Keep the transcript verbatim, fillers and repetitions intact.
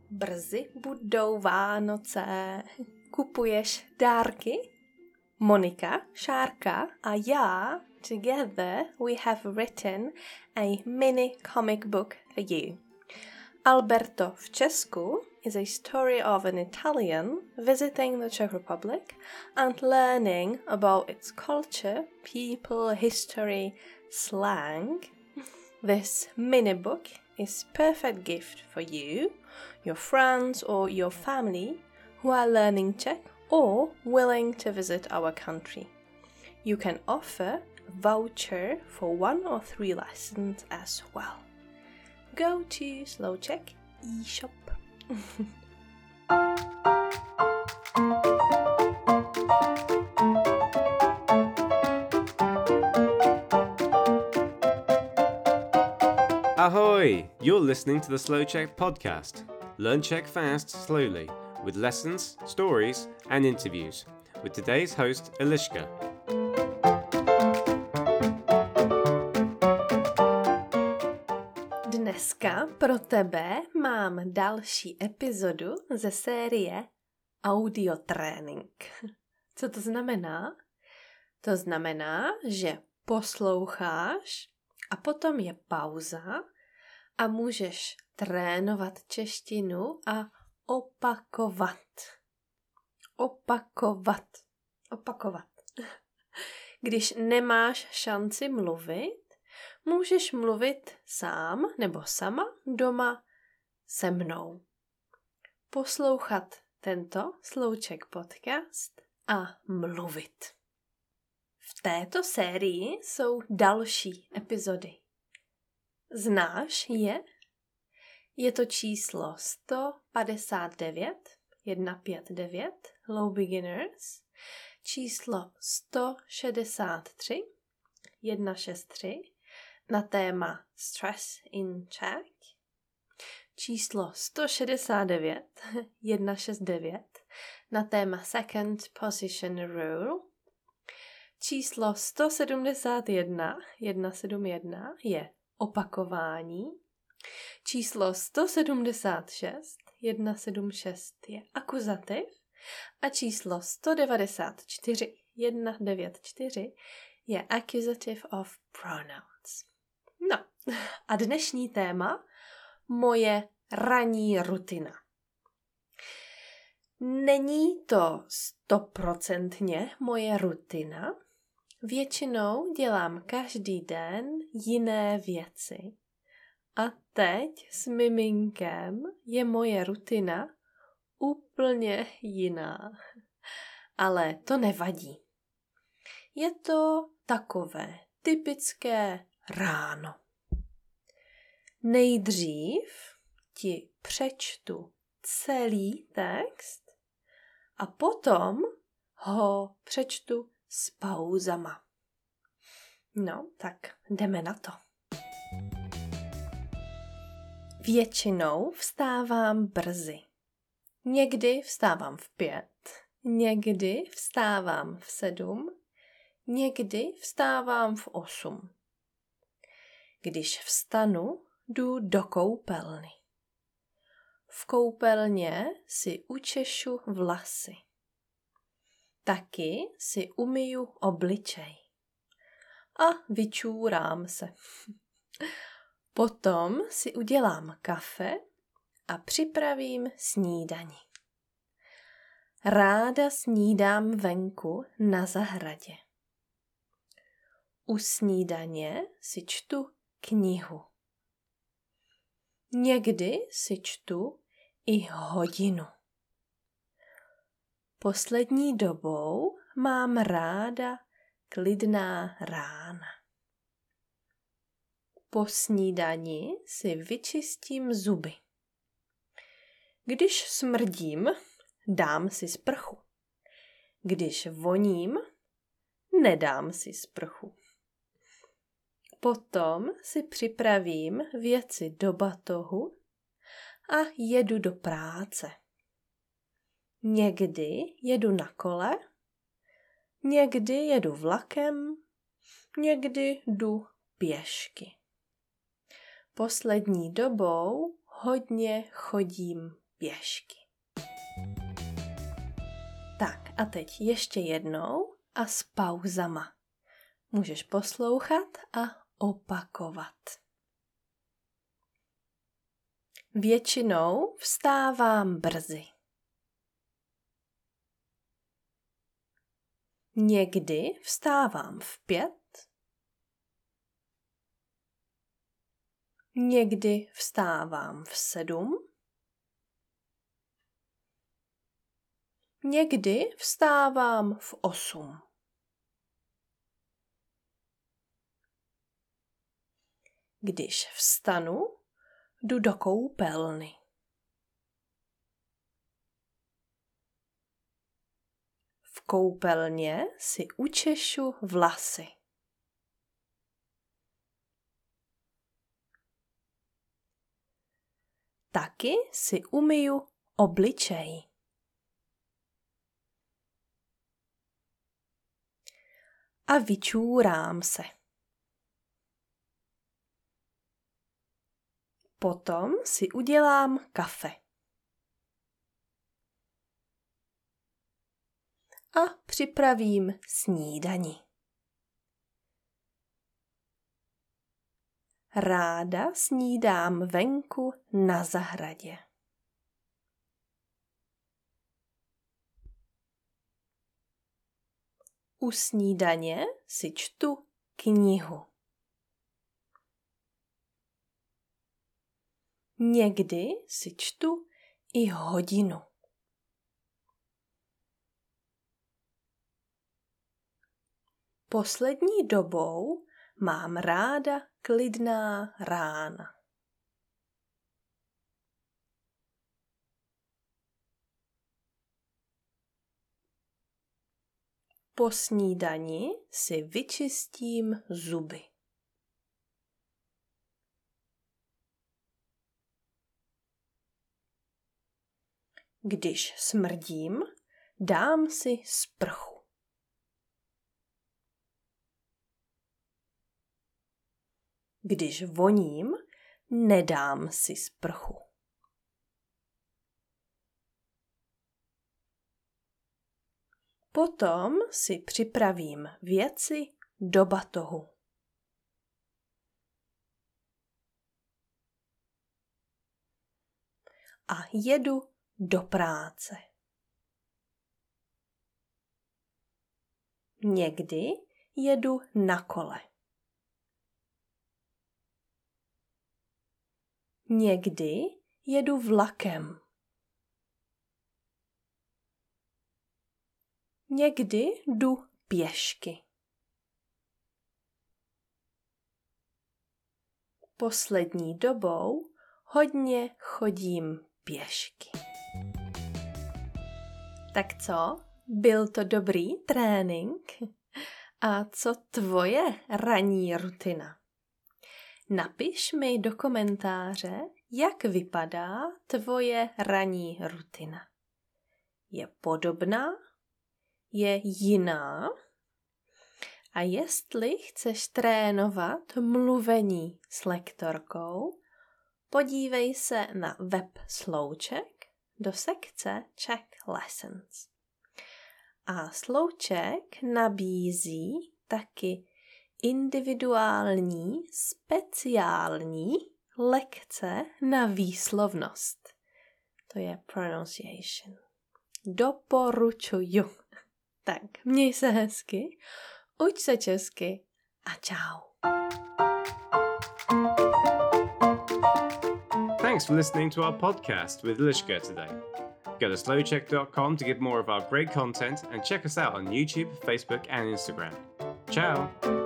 Brzy budou Vánoce. Kupuješ dárky? Monika, Šárka a já, together we have written a mini comic book for you. Alberto v Česku is a story of an Italian visiting the Czech Republic and learning about its culture, people, history, slang. This mini book is perfect gift for you, your friends or your family who are learning Czech or willing to visit our country. You can offer a voucher for one or three lessons as well. Go to Slow Czech eShop. Ahoy! You're listening to the Slow Czech podcast. Learn Czech fast, slowly, with lessons, stories, and interviews. With today's host, Eliška. Dneska pro tebe mám další epizodu ze série Audiotrénink. Co to znamená? To znamená, že posloucháš a potom je pauza a můžeš trénovat češtinu a opakovat. Opakovat. Opakovat. Když nemáš šanci mluvit, můžeš mluvit sám nebo sama doma se mnou. Poslouchat tento Slow Czech podcast a mluvit. V této sérii jsou další epizody. Znáš je? Je to číslo sto padesát devět, sto padesát devět, Low Beginners, číslo sto šedesát tři, sto šedesát tři, na téma Stress in Czech, číslo sto šedesát devět, sto šedesát devět, na téma Second Position Rule, číslo sto sedmdesát jedna, sto sedmdesát jedna je opakování, číslo sto sedmdesát šest, sto sedmdesát šest je akuzativ a číslo sto devadesát čtyři, sto devadesát čtyři je accusative of pronouns. No a dnešní téma, moje ranní rutina. Není to stoprocentně moje rutina, většinou dělám každý den jiné věci. A teď s miminkem je moje rutina úplně jiná. Ale to nevadí. Je to takové typické ráno. Nejdřív ti přečtu celý text a potom ho přečtu s pauzama. No, tak jdeme na to. Většinou vstávám brzy. Někdy vstávám v pět, někdy vstávám v sedm, někdy vstávám v osm. Když vstanu, jdu do koupelny. V koupelně si učešu vlasy. Taky si umyju obličej. A vyčůrám se. Potom si udělám kafe a připravím snídani. Ráda snídám venku na zahradě. U snídaně si čtu knihu. Někdy si čtu i hodinu. Poslední dobou mám ráda klidná rána. Po snídani si vyčistím zuby. Když smrdím, dám si sprchu. Když voním, nedám si sprchu. Potom si připravím věci do batohu a jedu do práce. Někdy jedu na kole, někdy jedu vlakem, někdy jdu pěšky. Poslední dobou hodně chodím pěšky. Tak a teď ještě jednou a s pauzama. Můžeš poslouchat a opakovat. Většinou vstávám brzy. Někdy vstávám v pět. Někdy vstávám v sedm. Někdy vstávám v osm. Když vstanu, jdu do koupelny. V koupelně si učešu vlasy. Taky si umyju obličej. A vyčůrám se. Potom si udělám kafe. A připravím snídani. Ráda snídám venku na zahradě. U snídaně si čtu knihu. Někdy si čtu i hodinu. Poslední dobou mám ráda klidná rána. Po snídani si vyčistím zuby. Když smrdím, dám si sprchu. Když voním, nedám si sprchu. Potom si připravím věci do batohu. A jedu do práce. Někdy jedu na kole. Někdy jedu vlakem. Někdy jdu pěšky. Poslední dobou hodně chodím pěšky. Tak co? Byl to dobrý trénink? A co tvoje ranní rutina? Napiš mi do komentáře, jak vypadá tvoje ranní rutina. Je podobná? Je jiná? A jestli chceš trénovat mluvení s lektorkou, podívej se na web Slouček do sekce Czech Lessons. A Slouček nabízí taky individuální, speciální lekce na výslovnost. To je pronunciation. Doporučuju. Tak, měj se hezky, uč se česky a čau. Thanks for listening to our podcast with Liška today. Go to slowcheck dot com to get more of our great content and check us out on YouTube, Facebook and Instagram. Ciao!